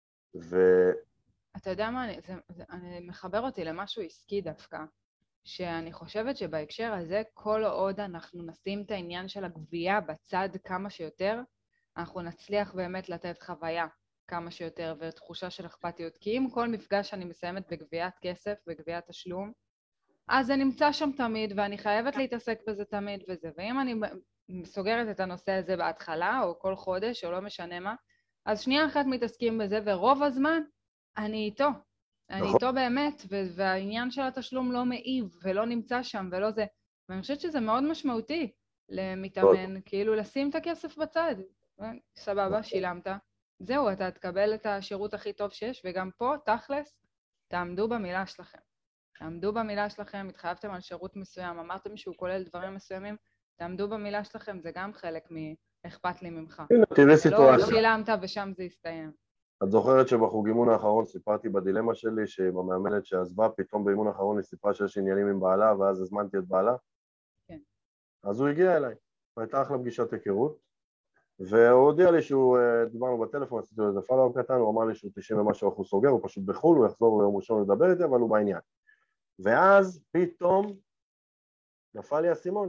אתה יודע מה, אני מחבר אותי למשהו עסקי דווקא, שאני חושבת שבהקשר הזה, כל עוד אנחנו נשים את העניין של הגבייה בצד כמה שיותר, אנחנו נצליח באמת לתת חוויה כמה שיותר ותחושה של אכפתיות. כי אם כל מפגש אני מסיימת בגביית כסף, בגביית תשלום, אז זה נמצא שם תמיד ואני חייבת להתעסק בזה תמיד וזה. ואם אני סוגרת את הנושא הזה בהתחלה או כל חודש או לא משנה מה, אז שנייה אחת מתעסקים בזה ורוב הזמן אני איתו. אני איתו באמת, והעניין של התשלום לא מעיב ולא נמצא שם ולא זה. ואני חושבת שזה מאוד משמעותי למתאמן, כאילו לשים את הכסף בצד. סבבה, שילמת. זהו, אתה תקבל את השירות הכי טוב שיש, וגם פה, תכלס, תעמדו במילה שלכם. תעמדו במילה שלכם, התחייבתם על שירות מסוים, אמרתם שהוא כולל דברים מסוימים, תעמדו במילה שלכם, זה גם חלק מאכפת לי ממך. תראי סיטואציה. לא שילמת ושם זה יסתיים. את זוכרת שבחוג אימון האחרון סיפרתי בדילמה שלי, שעם המאמנת שעזבה, פתאום באימון האחרון היא סיפרה שיש עניינים עם בעלה, ואז הזמנתי את בעלה? כן. אז הוא הגיע אליי, והייתה אחלה פגישת היכרות, והוא הודיע לי שהוא, דיברנו בטלפון, עשיתי לו איזה פולו-אפ קטן, הוא אמר לי שהוא 90 ומשהו אחוז סוגר, הוא פשוט בחול, הוא יחזור ליום ראשון לדבר איתי, אבל הוא בעניין. ואז פתאום נפל לי הסימון.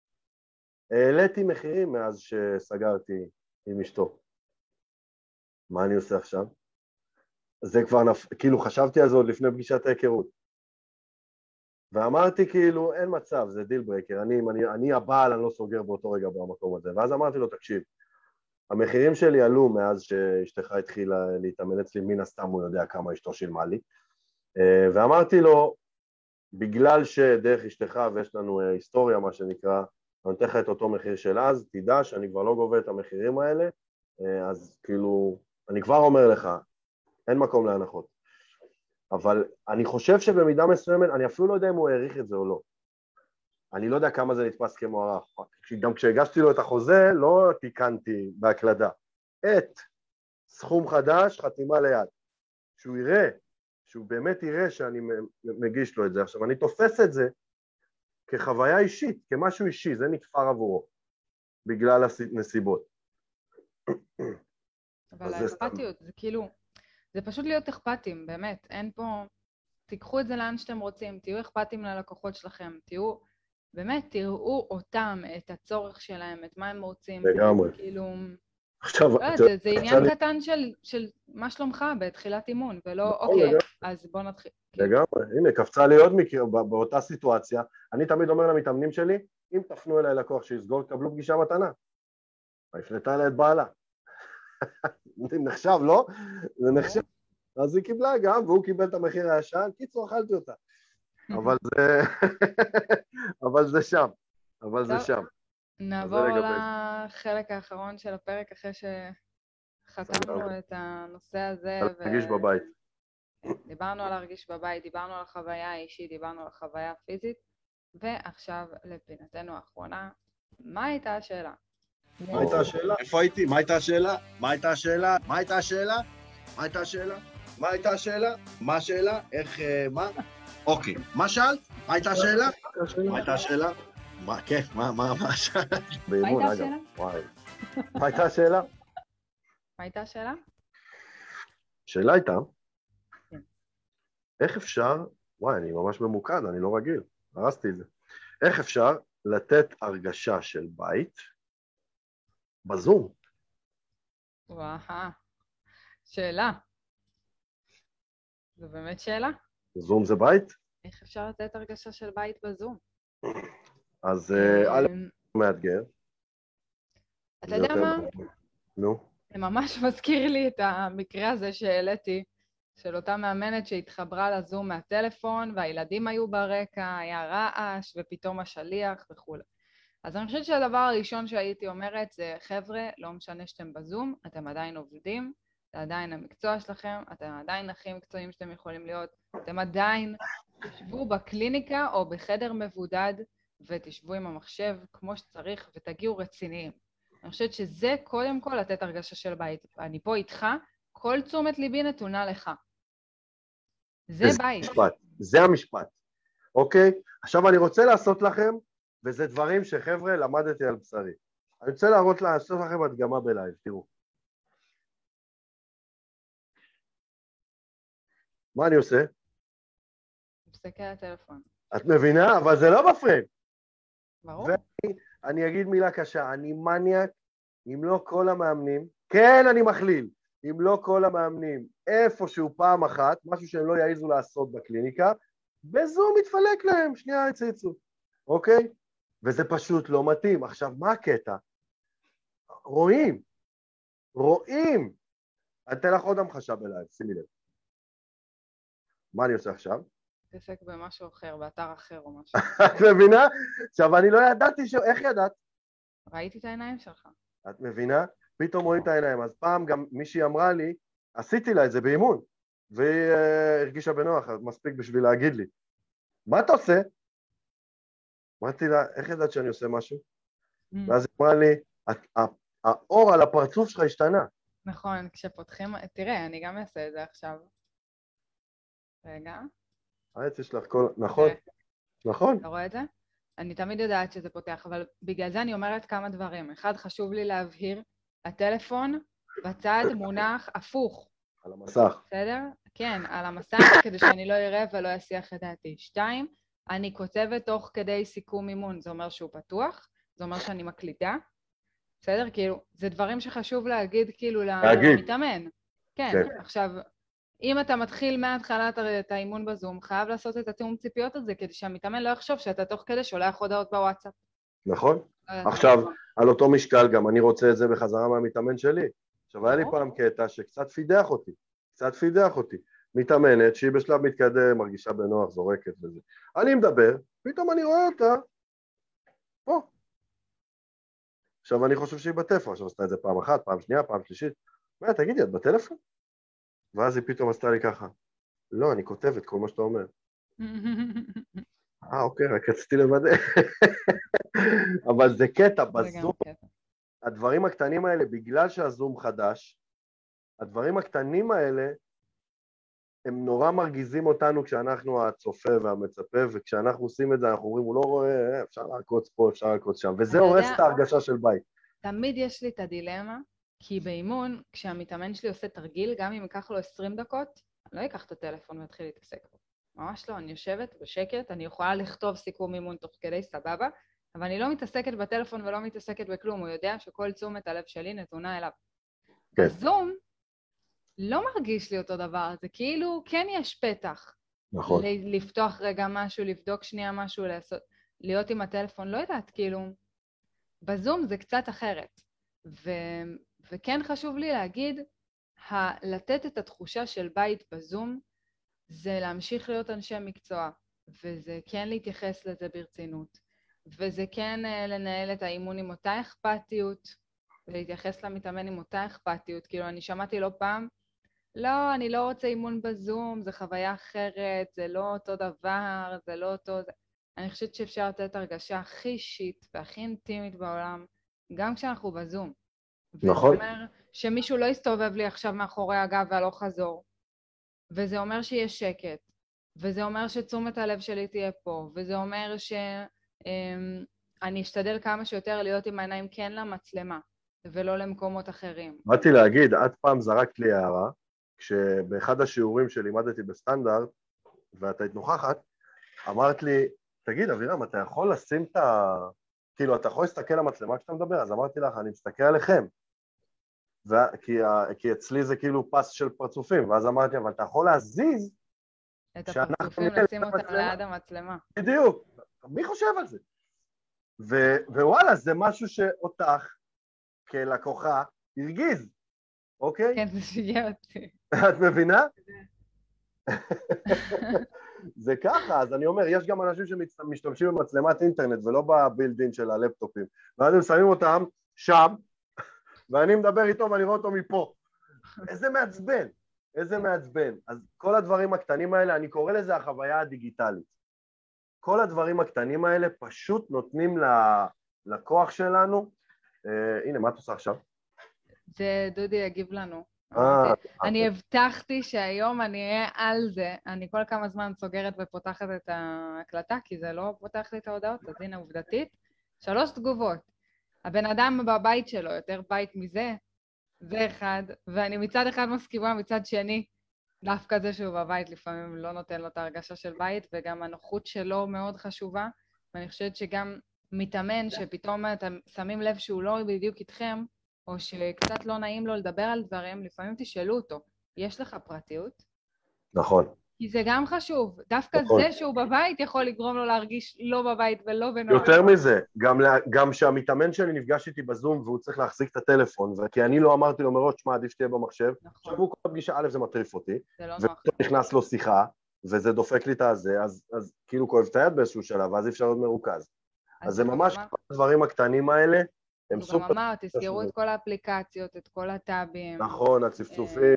העליתי מחירים מאז שסגרתי עם אשתו. מה אני עושה עכשיו? זה כבר כאילו חשבתי על זה עוד לפני פגישת ההיכרות. ואמרתי כאילו, אין מצב, זה דיל ברקר, אני הבעל, אני לא סוגר באותו רגע במקום הזה. ואז אמרתי לו, תקשיב, המחירים שלי עלו מאז שאשתך התחילה להתאמן אצלי, מן הסתם הוא יודע כמה אשתו שילמה לי. ואמרתי לו, בגלל שדרך אשתך ויש לנו היסטוריה, מה שנקרא, אני נותן לך את אותו מחיר של אז, תדע שאני כבר לא גובה את המחירים האלה, אז כאילו, אני כבר אומר לך, אין מקום להנחות. אבל אני חושב שבמידה מסוימת, אני אפילו לא יודע אם הוא העריך את זה או לא. אני לא יודע כמה זה נתפס כמוערך. גם כשהגשתי לו את החוזה, לא תיקנתי בהקלדה. סכום חדש, חתימה ליד. שהוא באמת יראה שאני מגיש לו את זה. עכשיו, אני תופס את זה כחוויה אישית, כמשהו אישי, זה נתפר עבורו, בגלל הנסיבות. אבל האכפתיות, זה כאילו, זה פשוט להיות אכפתים, באמת, אין פה, תיקחו את זה לאן שאתם רוצים, תהיו אכפתים ללקוחות שלכם, תהיו, באמת, תראו אותם, את הצורך שלהם, את מה הם רוצים. לגמרי. כאילו, עכשיו, זה עניין קטן של מה שלומך בתחילת אימון, ולא, אוקיי, אז בוא נתחיל. לגמרי, הנה, קפצה לי עוד מקרה באותה סיטואציה, אני תמיד אומר למתאמנים שלי, אם תפנו אליי לקוח שיסגור, תקבלו פגישה מתנה. הפנתה אליי את בעלה. נחשב, לא? זה נחשב. אז היא קיבלה גם, והוא קיבל את המחיר הישן, קיצור, אכלתי אותה. אבל זה שם. נעבור לחלק האחרון של הפרק אחרי שחתמנו את הנושא הזה. להרגיש בבית. דיברנו על להרגיש בבית, דיברנו על החוויה האישית, דיברנו על החוויה הפיזית, ועכשיו לפינתנו האחרונה, מה הייתה השאלה? מה הייתה השאלה? איפה הייתי? מה הייתה השאלה? מה הייתה השאלה? מה הייתה השאלה? מה הייתה השאלה? מה הייתה השאלה? מה השאלה? איך, מה? אוקיי, מה שאלת? מה הייתה השאלה? מה הייתה השאלה? מה, כן, מה שאלת? באימון, אגב. מה הייתה השאלה? מה הייתה השאלה? השאלה הייתה, איך אפשר, אני ממש ממוקד, אני לא רגיל, הרסתי את זה. איך אפשר לתת הרגשה של בית בזום? שאלה. זו באמת שאלה. זום זה בית? איך אפשר לתת הרגשה של בית בזום? אז א', מאתגר. אתה יודע מה? נו. זה ממש מזכיר לי את המקרה הזה שהעליתי, של אותה מאמנת שהתחברה לזום מהטלפון, והילדים היו ברקע, היה רעש, ופתאום השליח וכו'. אז אני חושבת שהדבר הראשון שהייתי אומרת זה, חבר'ה, לא משנה שאתם בזום, אתם עדיין עובדים, זה עדיין המקצוע שלכם, אתם עדיין הכי מקצועיים שאתם יכולים להיות, אתם עדיין תשבו בקליניקה או בחדר מבודד, ותשבו עם המחשב כמו שצריך, ותגיעו רציניים. אני חושבת שזה קודם כל לתת הרגשה של בית. אני פה איתך, כל תשומת ליבי נתונה לך. זה בית. זה המשפט, אוקיי? עכשיו אני רוצה לעשות לכם, וזה דברים שחבר'ה למדתי על בשרי. אני רוצה לעשות לכם הדגמה בלייב, תראו. מה אני עושה? מסתכל על הטלפון. את מבינה? אבל זה לא בפריים. ברור. ואני אגיד מילה קשה, אני מניאק, אם לא כל המאמנים, כן אני מכליל, אם לא כל המאמנים, איפשהו פעם אחת, משהו שהם לא יעיזו לעשות בקליניקה, בזום מתפלק להם, שנייה הציצו, אוקיי? וזה פשוט לא מתאים. עכשיו, מה הקטע? רואים. אני אתן לך עוד המחשה בלייב, שימי לב. מה אני עושה עכשיו? תעסק במשהו אחר, באתר אחר או משהו. את מבינה? עכשיו, אני לא ידעתי איך ידעת? ראיתי את העיניים שלך. את מבינה? פתאום רואים את העיניים. אז פעם גם מישהי אמרה לי, עשיתי לה את זה באימון, והיא הרגישה בנוח, מספיק בשביל להגיד לי. מה אתה עושה? אמרתי לה, איך ידעת שאני עושה משהו? ואז היא אמרה לי, האור על הפרצוף שלך השתנה. נכון, כשפותחים, תראה, אני גם אעשה את זה עכשיו. רגע. העץ יש לך כל, נכון, נכון. אתה רואה את זה? אני תמיד יודעת שזה פותח, אבל בגלל זה אני אומרת כמה דברים. אחד, חשוב לי להבהיר, הטלפון בצד מונח הפוך. על המסך. בסדר? כן, על המסך, כדי שאני לא אראה ולא אסיח את דעתי. 2, אני כותבת תוך כדי סיכום אימון, זה אומר שהוא פתוח, זה אומר שאני מקליטה. בסדר? כאילו, זה דברים שחשוב להגיד כאילו למתאמן. כן, עכשיו, אם אתה מתחיל מההתחלת את האימון בזום, חייב לעשות את התיאום ציפיות הזה, כדי שהמתאמן לא יחשוב שאתה תוך כדי שולח הודעות בוואטסאפ. נכון. עכשיו, על אותו משקל גם, אני רוצה את זה בחזרה מהמתאמן שלי. עכשיו, היה לי פעם קטע שקצת פידח אותי. מתאמנת שהיא בשלב מתקדם, מרגישה בנוח, זורקת וזה. אני מדבר, פתאום אני רואה אותה, פה. עכשיו, אני חושב שהיא בטלפון, עכשיו עשתה את זה פעם אחת, פעם שנייה, פעם שלישית. תגידי, את בטלפון? ואז היא פתאום עשתה לי ככה. לא, אני כותב את כל מה שאתה אומר. אוקיי, רק רציתי לוודא. אבל זה קטע, בזום, הדברים הקטנים האלה, בגלל שהזום חדש, הדברים הקטנים האלה, הם נורא מרגיזים אותנו כשאנחנו הצופה והמצפה, וכשאנחנו עושים את זה, אנחנו אומרים, הוא לא רואה, אפשר לעקוץ פה, אפשר לעקוץ שם, וזה הורס את ההרגשה של בית. תמיד יש לי את הדילמה, כי באימון, כשהמתאמן שלי עושה תרגיל, גם אם ייקח לו 20 דקות, אני לא אקח את הטלפון ואתחיל להתעסק בו. ממש לא, אני יושבת בשקט, אני יכולה לכתוב סיכום אימון תוך כדי סבבה, אבל אני לא מתעסקת בטלפון ולא מתעסקת בכלום, הוא יודע שכל תשומת הלב שלי נתונה אליו. כן. בזום לא מרגיש לי אותו דבר, זה כאילו כן יש פתח. נכון. לפתוח רגע משהו, לבדוק שנייה משהו, להיות עם הטלפון, לא יודעת, כאילו, בזום זה קצת אחרת. וכן חשוב לי להגיד, לתת את התחושה של בית בזום, זה להמשיך להיות אנשי מקצוע, וזה כן להתייחס לזה ברצינות, וזה כן לנהל את האימון עם אותה אכפתיות, ולהתייחס למתאמן עם אותה אכפתיות. כאילו, אני שמעתי לא פעם, לא, אני לא רוצה אימון בזום, זה חוויה אחרת, זה לא אותו דבר, זה לא אותו... אני חושבת שאפשר לתת הרגשה הכי אישית והכי אינטימית בעולם, גם כשאנחנו בזום. נכון. וזה אומר שמישהו לא יסתובב לי עכשיו מאחורי הגב והלוך חזור, וזה אומר שיש שקט, וזה אומר שתשומת הלב שלי תהיה פה, וזה אומר שאני אשתדל כמה שיותר להיות עם העיניים כן למצלמה, ולא למקומות אחרים. באתי להגיד, עד פעם זרקת לי הערה, כשבאחד השיעורים שלימדתי בסטנדרט, ואת היית נוכחת, אמרת לי, תגיד, אבירם, אתה יכול לשים את כאילו, אתה יכול להסתכל למצלמה כשאתה מדבר, אז אמרתי לך, אני מסתכל עליכם. כי אצלי זה כאילו פס של פרצופים, ואז אמרתי, אבל אתה יכול להזיז... את הפרצופים, לשים אותם ליד המצלמה. בדיוק, מי חושב על זה? ווואלה, זה משהו שאותך, כלקוחה, הרגיז, אוקיי? כן, זה שיגע אותי. את מבינה? זה ככה, אז אני אומר, יש גם אנשים שמשתמשים במצלמת אינטרנט ולא בבילדין של הלפטופים, ואז הם שמים אותם שם, ואני מדבר איתו ואני רואה אותו מפה. איזה מעצבן, איזה מעצבן. אז כל הדברים הקטנים האלה, אני קורא לזה החוויה הדיגיטלית. כל הדברים הקטנים האלה פשוט נותנים לכוח שלנו. הנה, מה את עושה עכשיו? זה דודי יגיב לנו. אני הבטחתי שהיום אני אהיה על זה. אני כל כמה זמן סוגרת ופותחת את ההקלטה, כי זה לא פותח לי את ההודעות, אז הנה עובדתית. 3 תגובות. הבן אדם בבית שלו, יותר בית מזה, זה אחד, ואני מצד אחד מסכימה, מצד שני, דווקא זה שהוא בבית לפעמים לא נותן לו את ההרגשה של בית, וגם הנוחות שלו מאוד חשובה, ואני חושבת שגם מתאמן שפתאום אתם שמים לב שהוא לא בדיוק איתכם, או שקצת לא נעים לו לדבר על דברים, לפעמים תשאלו אותו, יש לך פרטיות? נכון. כי זה גם חשוב. דווקא נכון. זה שהוא בבית יכול לגרום לו להרגיש לא בבית ולא בנוח. יותר מזה, גם שהמתאמן שלי נפגש איתי בזום והוא צריך להחזיק את הטלפון, כי אני לא אמרתי לו מראש, שמה, עדיף שתהיה במחשב. נכון. עכשיו הוא כל הפגישה, א' זה מטריף אותי, לא ונכנס לו שיחה, וזה דופק לי את הזה, אז כאילו כואב את היד באיזשהו שלב, ואז אי אפשר להיות מרוכז. אז זה ממש הדברים הקטנים האלה, הם סופר... הוא גם אמר, תסגרו את כל האפליקציות, את כל הטאבים. נכון, הצפצופים,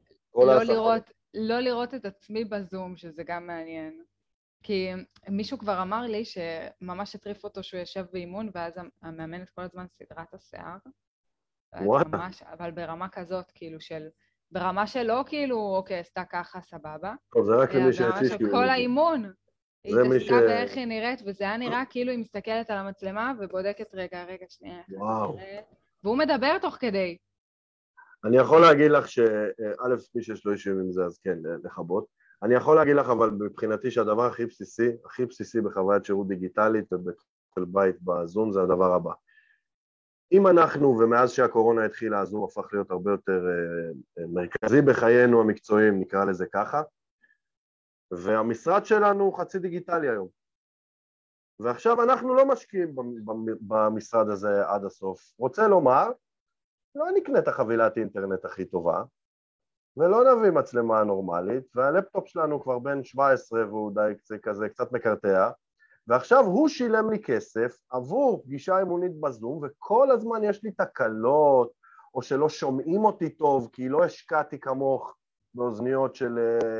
לא לראות את עצמי בזום, שזה גם מעניין. כי מישהו כבר אמר לי שממש הטריף אותו שהוא יושב באימון, ואז המאמנת כל הזמן סדרה את השיער. אבל ברמה כזאת, כאילו של... ברמה שלא כאילו, אוקיי, עשתה ככה, סבבה. טוב, זה רק למי שהציש. ברמה של כל האימון. היא התעסקה באיך היא נראית, וזה היה נראה כאילו היא מסתכלת על המצלמה ובודקת רגע, שנייה. וואו. והוא מדבר תוך כדי. אני יכול להגיד לך שא' מי שיש לו אישים עם זה, אז כן, לחבות. אני יכול להגיד לך, אבל מבחינתי שהדבר הכי בסיסי בחוויית שירות דיגיטלית ובכל בית בזום זה הדבר הבא. אם אנחנו, ומאז שהקורונה התחילה, הזום הפך להיות הרבה יותר מרכזי בחיינו המקצועיים, נקרא לזה ככה, והמשרד שלנו הוא חצי דיגיטלי היום. ועכשיו אנחנו לא משקיעים במשרד הזה עד הסוף. רוצה לומר, לא נקנה את החבילת אינטרנט הכי טובה, ולא נביא מצלמה נורמלית, והלפטופ שלנו כבר בן 17 והוא די כזה קצת מקרטע, ועכשיו הוא שילם לי כסף עבור פגישה אימונית בזום, וכל הזמן יש לי תקלות, או שלא שומעים אותי טוב, כי לא השקעתי כמוך באוזניות של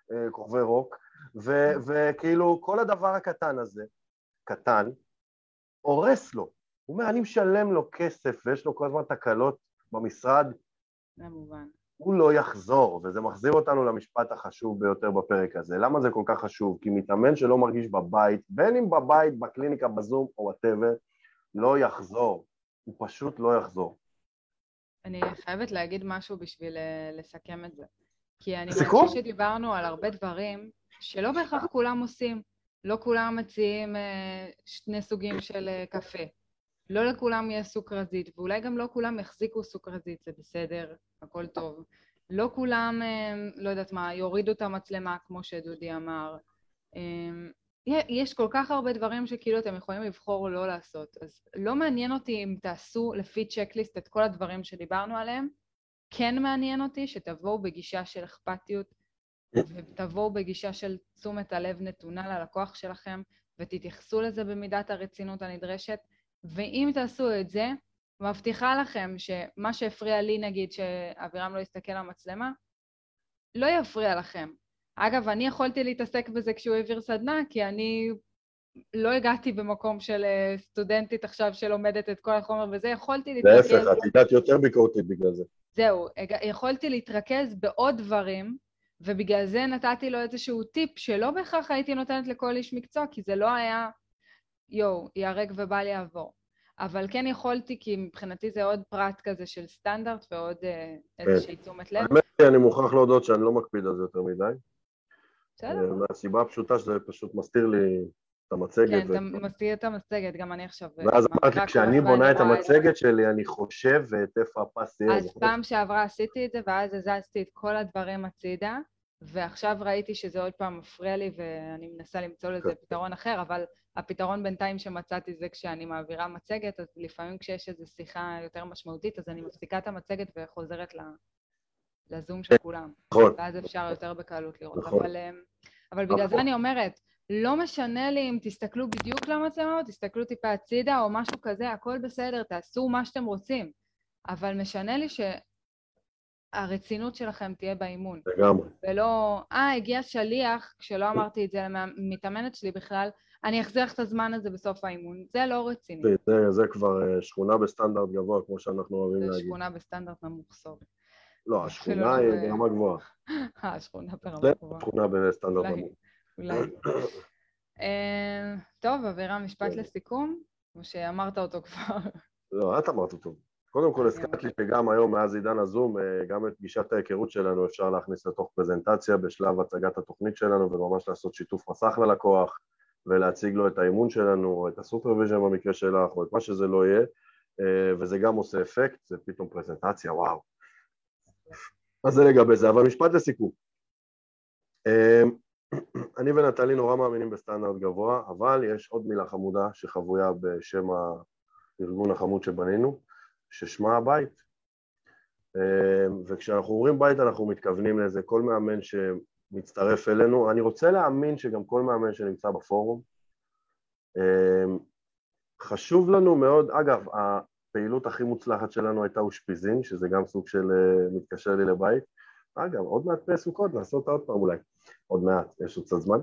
כוכבי רוק, וכאילו כל הדבר הקטן הזה, קטן, הורס לו. הוא אומר, אני משלם לו כסף, ויש לו כל הזמן תקלות במשרד, זה מובן. הוא לא יחזור, וזה מחזיר אותנו למשפט החשוב ביותר בפרק הזה. למה זה כל כך חשוב? כי מתאמן שלא מרגיש בבית, בין אם בבית, בקליניקה, בזום או whatever, לא יחזור. הוא פשוט לא יחזור. אני חייבת להגיד משהו בשביל לסכם את זה. כי אני סיכום? מרגישה שדיברנו על הרבה דברים שלא בהכרח כולם עושים. לא כולם מציעים שני סוגים של קפה. לא לכולם יש סוכרזית, ואולי גם לא כולם יחזיקו סוכרזית, זה בסדר, הכל טוב. לא כולם, לא יודעת מה, יורידו את המצלמה, כמו שדודי אמר. יש כל כך הרבה דברים שכאילו אתם יכולים לבחור לא לעשות. אז לא מעניין אותי אם תעשו לפי צ'קליסט את כל הדברים שדיברנו עליהם. כן מעניין אותי שתבואו בגישה של אכפתיות, ותבואו בגישה של תשומת הלב נתונה ללקוח שלכם, ותתייחסו לזה במידת הרצינות הנדרשת. ואם תעשו את זה, מבטיחה לכם שמה שהפריע לי, נגיד, שאבירם לא יסתכל על המצלמה, לא יפריע לכם. אגב, אני יכולתי להתעסק בזה כשהוא העביר סדנה, כי אני לא הגעתי במקום של סטודנטית עכשיו שלומדת את כל החומר, וזה יכולתי להתרכז... להפך, את הגעת יותר ביקורתית בגלל זה. זהו, יכולתי להתרכז בעוד דברים, ובגלל זה נתתי לו איזשהו טיפ שלא בהכרח הייתי נותנת לכל איש מקצוע, כי זה לא היה, יהרג ובל יעבור. אבל כן יכולתי, כי מבחינתי זה עוד פרט כזה של סטנדרט, ועוד איזושהי תשומת לב. האמת היא, אני מוכרח להודות שאני לא מקפיד על זה יותר מדי. בסדר. מהסיבה הפשוטה שזה פשוט מסתיר לי את המצגת. כן, אתה מסתיר את המצגת, גם אני עכשיו... ואז אמרתי, כשאני בונה את המצגת שלי, אני חושבת איפה הפס יהיה. אז פעם שעברה עשיתי את זה, ואז הזזתי את כל הדברים הצידה, ועכשיו ראיתי שזה עוד פעם מפריע לי, ואני מנסה למצוא לזה פתרון אחר, אבל הפתרון בינתיים שמצאתי זה כשאני מעבירה מצגת, אז לפעמים כשיש איזו שיחה יותר משמעותית, אז אני מפסיקה את המצגת וחוזרת לזום של כולם. נכון. ואז אפשר יותר בקלות לראות. נכון. אבל בגלל זה אני אומרת, לא משנה לי אם תסתכלו בדיוק למצלמה, או תסתכלו טיפה הצידה, או משהו כזה, הכל בסדר, תעשו מה שאתם רוצים. אבל משנה לי שהרצינות שלכם תהיה באימון. לגמרי. ולא, הגיע שליח, כשלא אמרתי את זה למתאמנת שלי בכלל, אני אחזיר לך את הזמן הזה בסוף האימון. זה לא רציני. זה כבר שכונה בסטנדרט גבוה, כמו שאנחנו אוהבים להגיד. זה שכונה בסטנדרט נמוך, סורי. לא, השכונה היא ברמה גבוהה. השכונה ברמה גבוהה. שכונה בסטנדרט נמוך. אולי. טוב, אבירם, משפט לסיכום, כמו שאמרת אותו כבר. לא, את אמרת אותו. קודם כל, הזכרת לי שגם היום, מאז עידן הזום, גם את פגישת ההיכרות שלנו אפשר להכניס לתוך פרזנטציה בשלב הצגת התוכנית שלנו, וממש לעשות שיתוף מסך ללקוח, ולהציג לו את האימון שלנו, או את הסופרוויז'ן במקרה שלך, או את מה שזה לא יהיה, וזה גם עושה אפקט, זה פתאום פרזנטציה, וואו. אז זה לגבי זה, אבל משפט לסיכום. אני ונטלי נורא מאמינים בסטנדרט גבוה, אבל יש עוד מילה חמודה שחבויה בשם הארגון החמוד שבנינו, ששמה הבית. וכשאנחנו אומרים בית אנחנו מתכוונים לזה, כל מאמן שמצטרף אלינו, אני רוצה להאמין שגם כל מאמן שנמצא בפורום, חשוב לנו מאוד, אגב, הפעילות הכי מוצלחת שלנו הייתה אושפיזין, שזה גם סוג של מתקשר לי לבית, אגב, עוד מעט סוכות, נעשה אותה עוד פעם אולי, עוד מעט, יש עוד קצת זמן.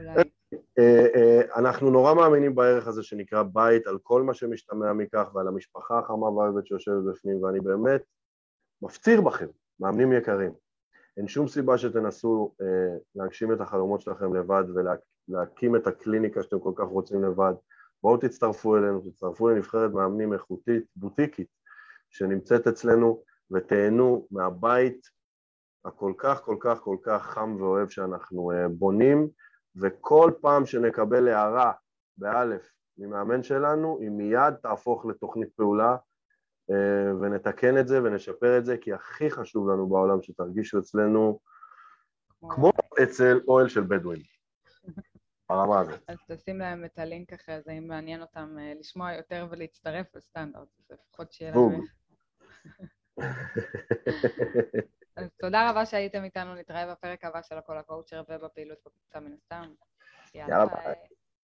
אנחנו נורא מאמינים בערך הזה שנקרא בית, על כל מה שמשתמע מכך, ועל המשפחה החמה והאוהבת שיושבת בפנים, ואני באמת מפציר בכם, מאמנים יקרים. אין שום סיבה שתנסו להגשים את החלומות שלכם לבד, ולהקים את הקליניקה שאתם כל כך רוצים לבד. בואו תצטרפו אלינו, תצטרפו לנבחרת מאמנים איכותית, בוטיקית, שנמצאת אצלנו, ותהנו מהבית הכל כך, כל כך, כל כך חם ואוהב שאנחנו בונים, וכל פעם שנקבל הערה באלף ממאמן שלנו, היא מיד תהפוך לתוכנית פעולה, ונתקן את זה ונשפר את זה, כי הכי חשוב לנו בעולם שתרגישו אצלנו, כמו אצל אוהל של בדואים. הרמה הזאת. אז תשים להם את הלינק אחרי זה, אם מעניין אותם לשמוע יותר ולהצטרף לסטנדרט, אז לפחות שיהיה להם. אז תודה רבה שהייתם איתנו, נתראה בפרק הבא של הכל הקואוצ'ר ובפעילות בקבוצה מן הסתם. יאללה ביי.